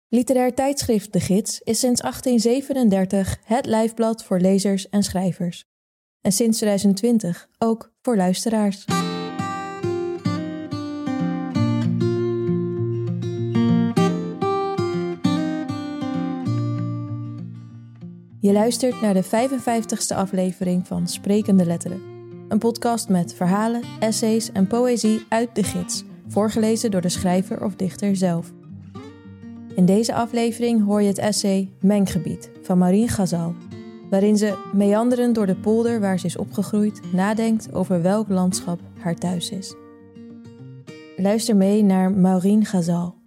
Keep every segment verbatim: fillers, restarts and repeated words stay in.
Literair tijdschrift De Gids is sinds achttien zevenendertig het lijfblad voor lezers en schrijvers. En sinds tweeduizend twintig ook voor luisteraars. Je luistert naar de vijfenvijftigste aflevering van Sprekende Letteren. Een podcast met verhalen, essays en poëzie uit De Gids, voorgelezen door de schrijver of dichter zelf. In deze aflevering hoor je het essay Menggebied van Maureen Ghazal, waarin ze, meanderend door de polder waar ze is opgegroeid, nadenkt over welk landschap haar thuis is. Luister mee naar Maureen Ghazal.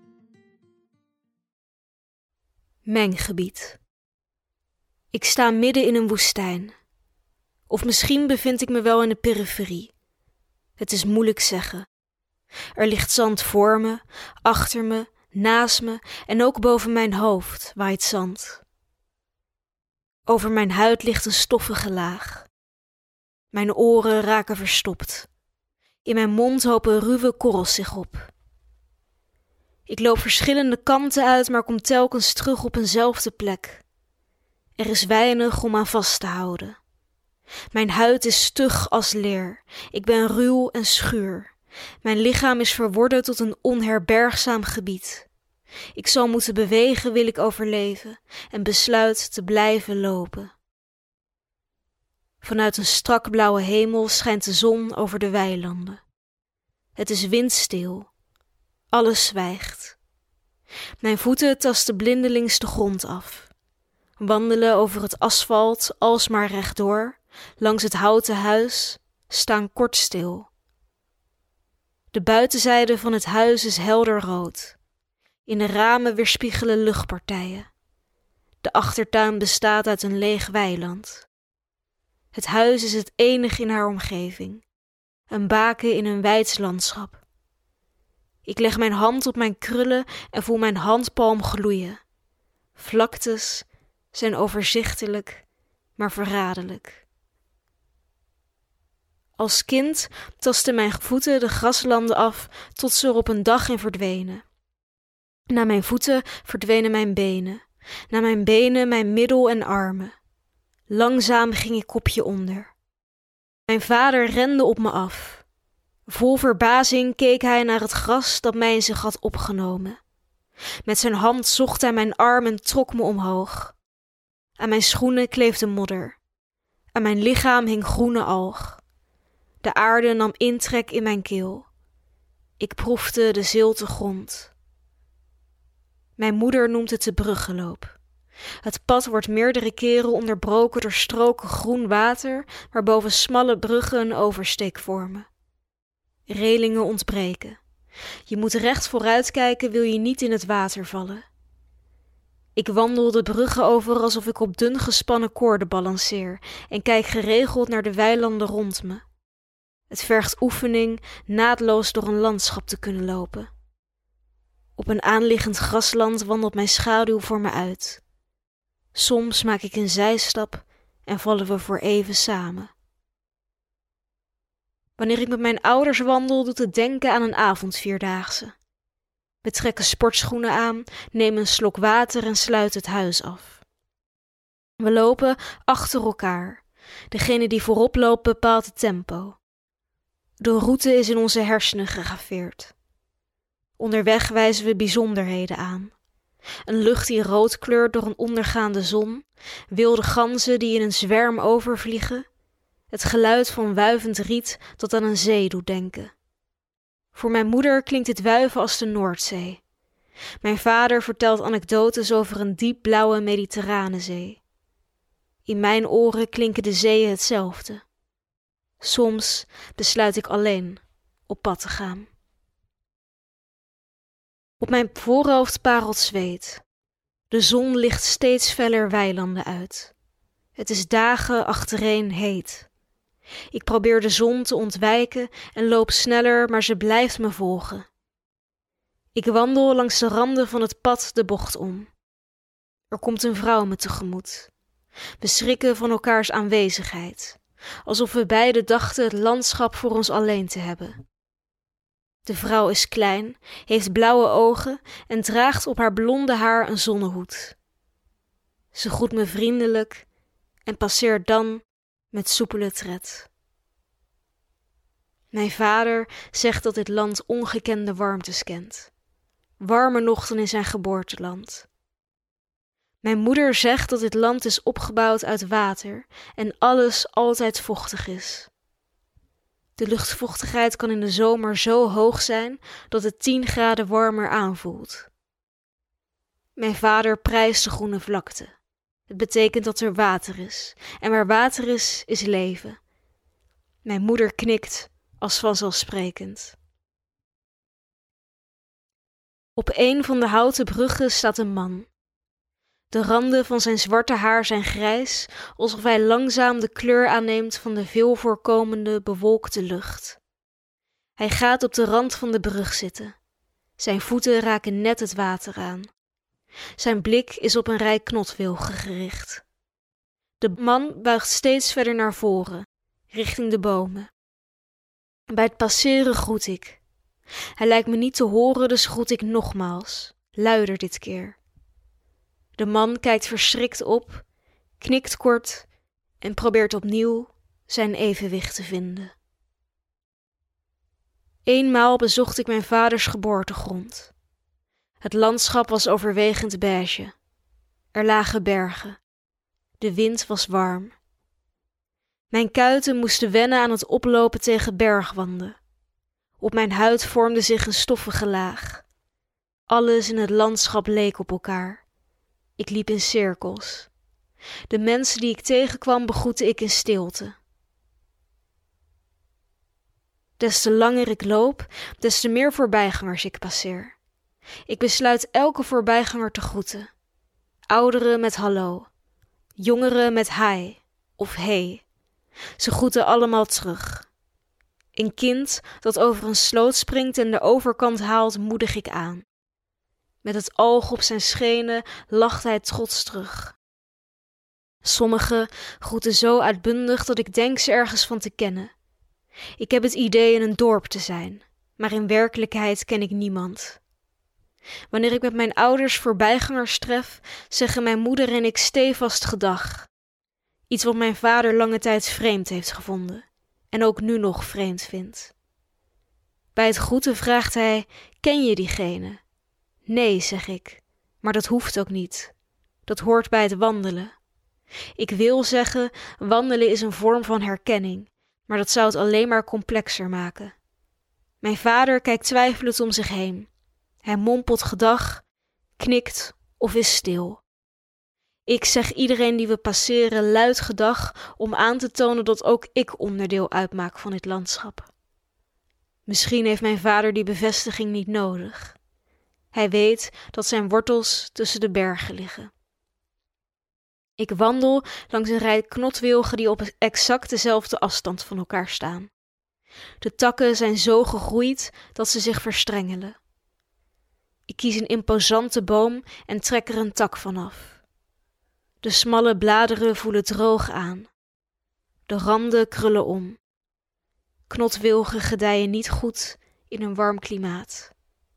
Menggebied. Ik sta midden in een woestijn. Of misschien bevind ik me wel in de periferie. Het is moeilijk zeggen. Er ligt zand voor me, achter me, naast me en ook boven mijn hoofd waait zand. Over mijn huid ligt een stoffige laag. Mijn oren raken verstopt. In mijn mond hopen ruwe korrels zich op. Ik loop verschillende kanten uit, maar kom telkens terug op eenzelfde plek. Er is weinig om aan vast te houden. Mijn huid is stug als leer. Ik ben ruw en schuur. Mijn lichaam is verworden tot een onherbergzaam gebied. Ik zal moeten bewegen, wil ik overleven, en besluit te blijven lopen. Vanuit een strak blauwe hemel schijnt de zon over de weilanden. Het is windstil. Alles zwijgt. Mijn voeten tasten blindelings de grond af. Wandelen over het asfalt, alsmaar rechtdoor, langs het houten huis, staan kort stil. De buitenzijde van het huis is helder rood. In de ramen weerspiegelen luchtpartijen. De achtertuin bestaat uit een leeg weiland. Het huis is het enige in haar omgeving. Een baken in een weids landschap. Ik leg mijn hand op mijn krullen en voel mijn handpalm gloeien. Vlaktes zijn overzichtelijk, maar verraderlijk. Als kind tastten mijn voeten de graslanden af tot ze er op een dag in verdwenen. Na mijn voeten verdwenen mijn benen, na mijn benen mijn middel en armen. Langzaam ging ik kopje onder. Mijn vader rende op me af. Vol verbazing keek hij naar het gras dat mij in zich had opgenomen. Met zijn hand zocht hij mijn arm en trok me omhoog. Aan mijn schoenen kleefde modder. Aan mijn lichaam hing groene alg. De aarde nam intrek in mijn keel. Ik proefde de zilte grond. Mijn moeder noemt het de bruggenloop. Het pad wordt meerdere keren onderbroken door stroken groen water, waarboven smalle bruggen een oversteek vormen. Relingen ontbreken. Je moet recht vooruit kijken, wil je niet in het water vallen. Ik wandel de bruggen over alsof ik op dun gespannen koorden balanceer en kijk geregeld naar de weilanden rond me. Het vergt oefening naadloos door een landschap te kunnen lopen. Op een aanliggend grasland wandelt mijn schaduw voor me uit. Soms maak ik een zijstap en vallen we voor even samen. Wanneer ik met mijn ouders wandel, doet het denken aan een avondvierdaagse. We trekken sportschoenen aan, nemen een slok water en sluiten het huis af. We lopen achter elkaar. Degene die voorop loopt bepaalt het tempo. De route is in onze hersenen gegraveerd. Onderweg wijzen we bijzonderheden aan. Een lucht die rood kleurt door een ondergaande zon, wilde ganzen die in een zwerm overvliegen, het geluid van wuivend riet dat aan een zee doet denken. Voor mijn moeder klinkt dit wuiven als de Noordzee. Mijn vader vertelt anekdotes over een diepblauwe mediterrane zee. In mijn oren klinken de zeeën hetzelfde. Soms besluit ik alleen op pad te gaan. Op mijn voorhoofd parelt zweet. De zon licht steeds feller weilanden uit. Het is dagen achtereen heet. Ik probeer de zon te ontwijken en loop sneller, maar ze blijft me volgen. Ik wandel langs de randen van het pad de bocht om. Er komt een vrouw me tegemoet. We schrikken van elkaars aanwezigheid, alsof we beiden dachten het landschap voor ons alleen te hebben. De vrouw is klein, heeft blauwe ogen en draagt op haar blonde haar een zonnehoed. Ze groet me vriendelijk en passeert dan met soepele tred. Mijn vader zegt dat dit land ongekende warmtes kent. Warmer nog dan in zijn geboorteland. Mijn moeder zegt dat dit land is opgebouwd uit water en alles altijd vochtig is. De luchtvochtigheid kan in de zomer zo hoog zijn dat het tien graden warmer aanvoelt. Mijn vader prijst de groene vlakte. Het betekent dat er water is. En waar water is, is leven. Mijn moeder knikt als vanzelfsprekend. Op een van de houten bruggen staat een man. De randen van zijn zwarte haar zijn grijs, alsof hij langzaam de kleur aanneemt van de veel voorkomende bewolkte lucht. Hij gaat op de rand van de brug zitten. Zijn voeten raken net het water aan. Zijn blik is op een rij knotwilgen gericht. De man buigt steeds verder naar voren, richting de bomen. Bij het passeren groet ik. Hij lijkt me niet te horen, dus groet ik nogmaals, luider dit keer. De man kijkt verschrikt op, knikt kort en probeert opnieuw zijn evenwicht te vinden. Eenmaal bezocht ik mijn vaders geboortegrond. Het landschap was overwegend beige. Er lagen bergen. De wind was warm. Mijn kuiten moesten wennen aan het oplopen tegen bergwanden. Op mijn huid vormde zich een stoffige laag. Alles in het landschap leek op elkaar. Ik liep in cirkels. De mensen die ik tegenkwam begroette ik in stilte. Des te langer ik loop, des te meer voorbijgangers ik passeer. Ik besluit elke voorbijganger te groeten. Ouderen met hallo, jongeren met hi of hey. Ze groeten allemaal terug. Een kind dat over een sloot springt en de overkant haalt, moedig ik aan. Met het oog op zijn schenen lacht hij trots terug. Sommigen groeten zo uitbundig dat ik denk ze ergens van te kennen. Ik heb het idee in een dorp te zijn, maar in werkelijkheid ken ik niemand. Wanneer ik met mijn ouders voorbijgangers tref, zeggen mijn moeder en ik stevast gedag. Iets wat mijn vader lange tijd vreemd heeft gevonden en ook nu nog vreemd vindt. Bij het groeten vraagt hij, ken je diegene? Nee, zeg ik, maar dat hoeft ook niet. Dat hoort bij het wandelen. Ik wil zeggen, wandelen is een vorm van herkenning, maar dat zou het alleen maar complexer maken. Mijn vader kijkt twijfelend om zich heen. Hij mompelt gedag, knikt of is stil. Ik zeg iedereen die we passeren luid gedag om aan te tonen dat ook ik onderdeel uitmaak van dit landschap. Misschien heeft mijn vader die bevestiging niet nodig. Hij weet dat zijn wortels tussen de bergen liggen. Ik wandel langs een rij knotwilgen die op exact dezelfde afstand van elkaar staan. De takken zijn zo gegroeid dat ze zich verstrengelen. Ik kies een imposante boom en trek er een tak vanaf. De smalle bladeren voelen droog aan. De randen krullen om. Knotwilgen gedijen niet goed in een warm klimaat.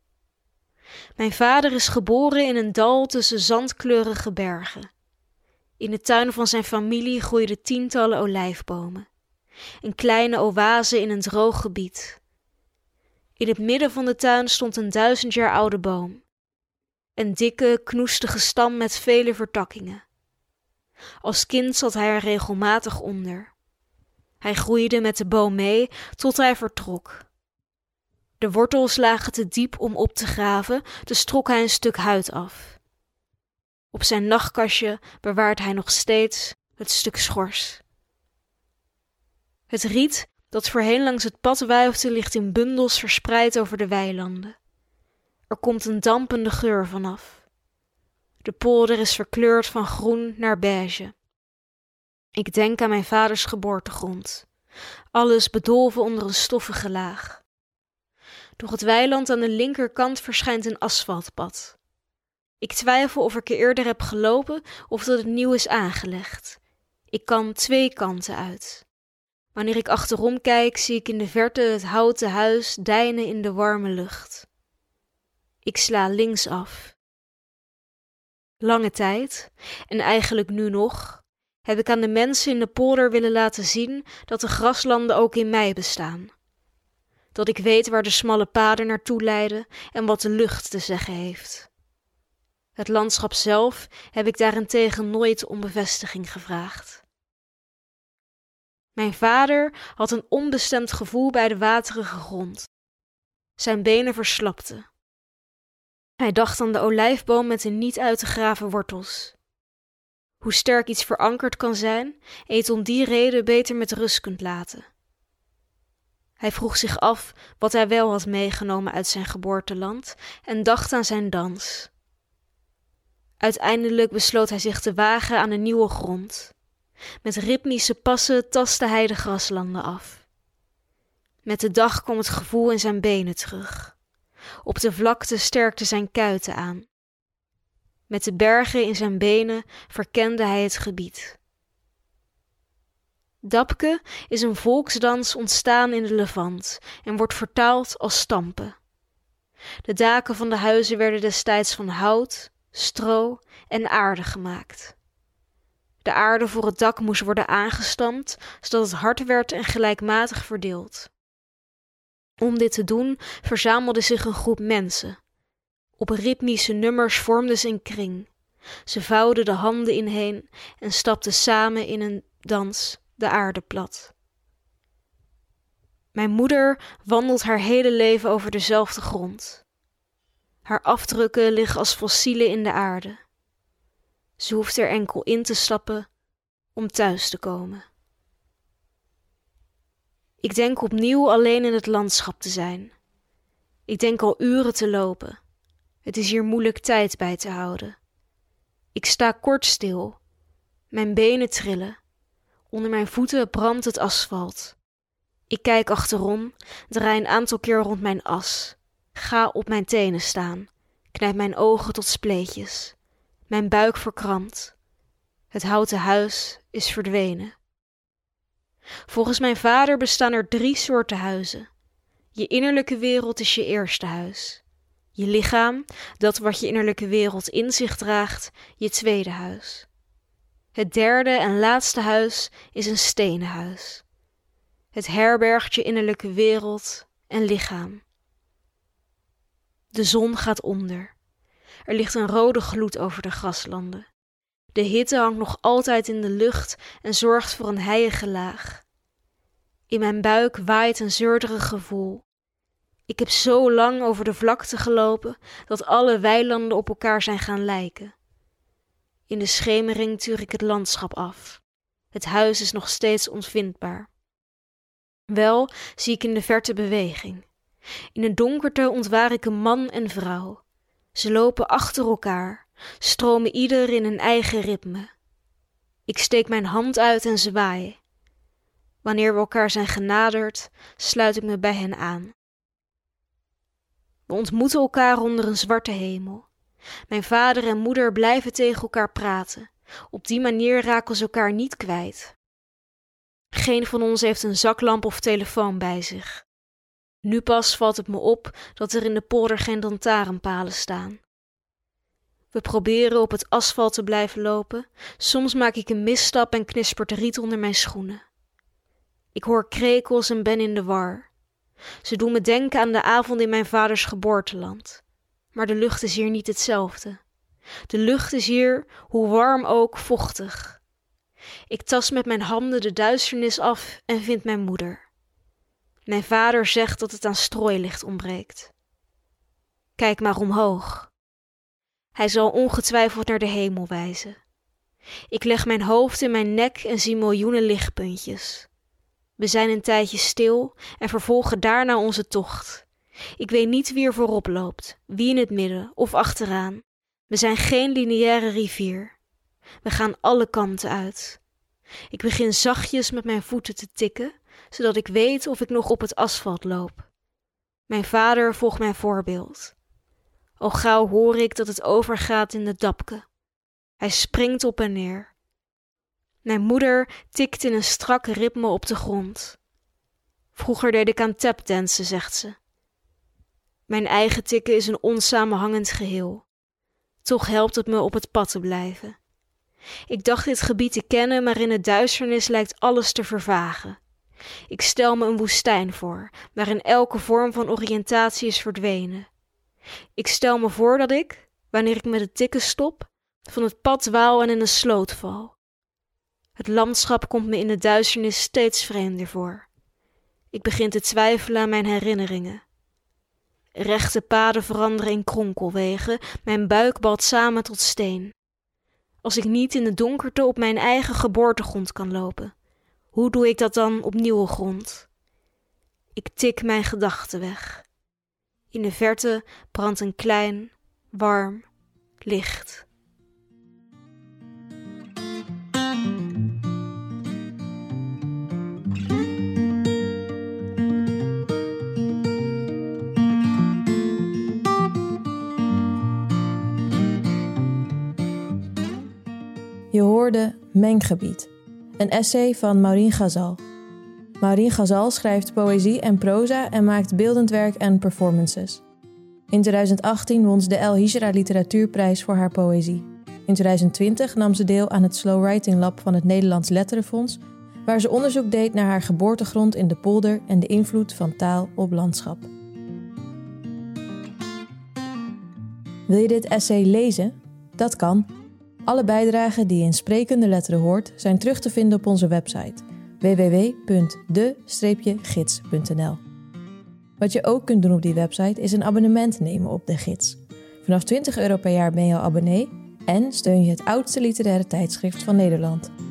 Mijn vader is geboren in een dal tussen zandkleurige bergen. In de tuin van zijn familie groeiden tientallen olijfbomen. Een kleine oase in een droog gebied. In het midden van de tuin stond een duizend jaar oude boom. Een dikke, knoestige stam met vele vertakkingen. Als kind zat hij er regelmatig onder. Hij groeide met de boom mee tot hij vertrok. De wortels lagen te diep om op te graven, dus trok hij een stuk huid af. Op zijn nachtkastje bewaart hij nog steeds het stuk schors. Het riet dat voorheen langs het pad wuifde ligt in bundels verspreid over de weilanden. Er komt een dampende geur vanaf. De polder is verkleurd van groen naar beige. Ik denk aan mijn vaders geboortegrond. Alles bedolven onder een stoffige laag. Door het weiland aan de linkerkant verschijnt een asfaltpad. Ik twijfel of ik er eerder heb gelopen of dat het nieuw is aangelegd. Ik kan twee kanten uit. Wanneer ik achterom kijk, zie ik in de verte het houten huis deinen in de warme lucht. Ik sla links af. Lange tijd, en eigenlijk nu nog, heb ik aan de mensen in de polder willen laten zien dat de graslanden ook in mij bestaan. Dat ik weet waar de smalle paden naartoe leiden en wat de lucht te zeggen heeft. Het landschap zelf heb ik daarentegen nooit om bevestiging gevraagd. Mijn vader had een onbestemd gevoel bij de waterige grond. Zijn benen verslapten. Hij dacht aan de olijfboom met de niet uit te graven wortels. Hoe sterk iets verankerd kan zijn en je het om die reden beter met rust kunt laten. Hij vroeg zich af wat hij wel had meegenomen uit zijn geboorteland en dacht aan zijn dans. Uiteindelijk besloot hij zich te wagen aan een nieuwe grond. Met ritmische passen tastte hij de graslanden af. Met de dag kwam het gevoel in zijn benen terug. Op de vlakte sterkte zijn kuiten aan. Met de bergen in zijn benen verkende hij het gebied. Dapke is een volksdans ontstaan in de Levant en wordt vertaald als stampen. De daken van de huizen werden destijds van hout, stro en aarde gemaakt. De aarde voor het dak moest worden aangestampt, zodat het hard werd en gelijkmatig verdeeld. Om dit te doen verzamelde zich een groep mensen. Op ritmische nummers vormden ze een kring. Ze vouwden de handen ineen en stapten samen in een dans de aarde plat. Mijn moeder wandelt haar hele leven over dezelfde grond. Haar afdrukken liggen als fossielen in de aarde. Ze hoeft er enkel in te stappen om thuis te komen. Ik denk opnieuw alleen in het landschap te zijn. Ik denk al uren te lopen. Het is hier moeilijk tijd bij te houden. Ik sta kort stil. Mijn benen trillen. Onder mijn voeten brandt het asfalt. Ik kijk achterom, draai een aantal keer rond mijn as. Ga op mijn tenen staan. Knijp mijn ogen tot spleetjes. Mijn buik verkrampt. Het houten huis is verdwenen. Volgens mijn vader bestaan er drie soorten huizen. Je innerlijke wereld is je eerste huis. Je lichaam, dat wat je innerlijke wereld in zich draagt, je tweede huis. Het derde en laatste huis is een stenen huis. Het herbergt je innerlijke wereld en lichaam. De zon gaat onder. Er ligt een rode gloed over de graslanden. De hitte hangt nog altijd in de lucht en zorgt voor een heiige laag. In mijn buik waait een zeurderig gevoel. Ik heb zo lang over de vlakte gelopen dat alle weilanden op elkaar zijn gaan lijken. In de schemering tuur ik het landschap af. Het huis is nog steeds onvindbaar. Wel zie ik in de verte beweging. In het donkerte ontwaar ik een man en vrouw. Ze lopen achter elkaar, stromen ieder in een eigen ritme. Ik steek mijn hand uit en zwaai. Wanneer we elkaar zijn genaderd, sluit ik me bij hen aan. We ontmoeten elkaar onder een zwarte hemel. Mijn vader en moeder blijven tegen elkaar praten. Op die manier raken ze elkaar niet kwijt. Geen van ons heeft een zaklamp of telefoon bij zich. Nu pas valt het me op dat er in de polder geen lantaarnpalen staan. We proberen op het asfalt te blijven lopen. Soms maak ik een misstap en knispert riet onder mijn schoenen. Ik hoor krekels en ben in de war. Ze doen me denken aan de avond in mijn vaders geboorteland. Maar de lucht is hier niet hetzelfde. De lucht is hier, hoe warm ook, vochtig. Ik tast met mijn handen de duisternis af en vind mijn moeder. Mijn vader zegt dat het aan strooilicht ontbreekt. Kijk maar omhoog. Hij zal ongetwijfeld naar de hemel wijzen. Ik leg mijn hoofd in mijn nek en zie miljoenen lichtpuntjes. We zijn een tijdje stil en vervolgen daarna onze tocht. Ik weet niet wie er voorop loopt, wie in het midden of achteraan. We zijn geen lineaire rivier. We gaan alle kanten uit. Ik begin zachtjes met mijn voeten te tikken, zodat ik weet of ik nog op het asfalt loop. Mijn vader volgt mijn voorbeeld. Al gauw hoor ik dat het overgaat in de Dapke. Hij springt op en neer. Mijn moeder tikt in een strak ritme op de grond. Vroeger deed ik aan tapdansen, zegt ze. Mijn eigen tikken is een onsamenhangend geheel. Toch helpt het me op het pad te blijven. Ik dacht dit gebied te kennen, maar in het duisternis lijkt alles te vervagen. Ik stel me een woestijn voor, waarin elke vorm van oriëntatie is verdwenen. Ik stel me voor dat ik, wanneer ik met het tikken stop, van het pad dwaal en in een sloot val. Het landschap komt me in de duisternis steeds vreemder voor. Ik begin te twijfelen aan mijn herinneringen. Rechte paden veranderen in kronkelwegen, mijn buik balt samen tot steen. Als ik niet in de donkerte op mijn eigen geboortegrond kan lopen, hoe doe ik dat dan op nieuwe grond? Ik tik mijn gedachten weg. In de verte brandt een klein, warm licht. Je hoorde Menggebied, een essay van Maureen Ghazal. Maureen Ghazal schrijft poëzie en proza en maakt beeldend werk en performances. In twintig achttien won ze de El Hijra Literatuurprijs voor haar poëzie. In twintig twintig nam ze deel aan het Slow Writing Lab van het Nederlands Letterenfonds, waar ze onderzoek deed naar haar geboortegrond in de polder en de invloed van taal op landschap. Wil je dit essay lezen? Dat kan. Alle bijdragen die je in Sprekende Letteren hoort zijn terug te vinden op onze website w w w punt de gids punt n l. Wat je ook kunt doen op die website is een abonnement nemen op De Gids. Vanaf twintig euro per jaar ben je al abonnee en steun je het oudste literaire tijdschrift van Nederland.